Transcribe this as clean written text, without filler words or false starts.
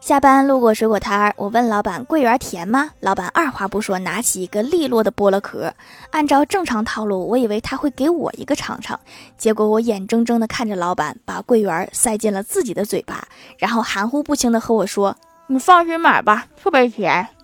下班路过水果摊儿，我问老板桂圆甜吗？老板二话不说，拿起一个利落的剥了壳。按照正常套路，我以为他会给我一个尝尝，结果我眼睁睁地看着老板把桂圆塞进了自己的嘴巴，然后含糊不清地和我说：“你放心买吧，特别甜。”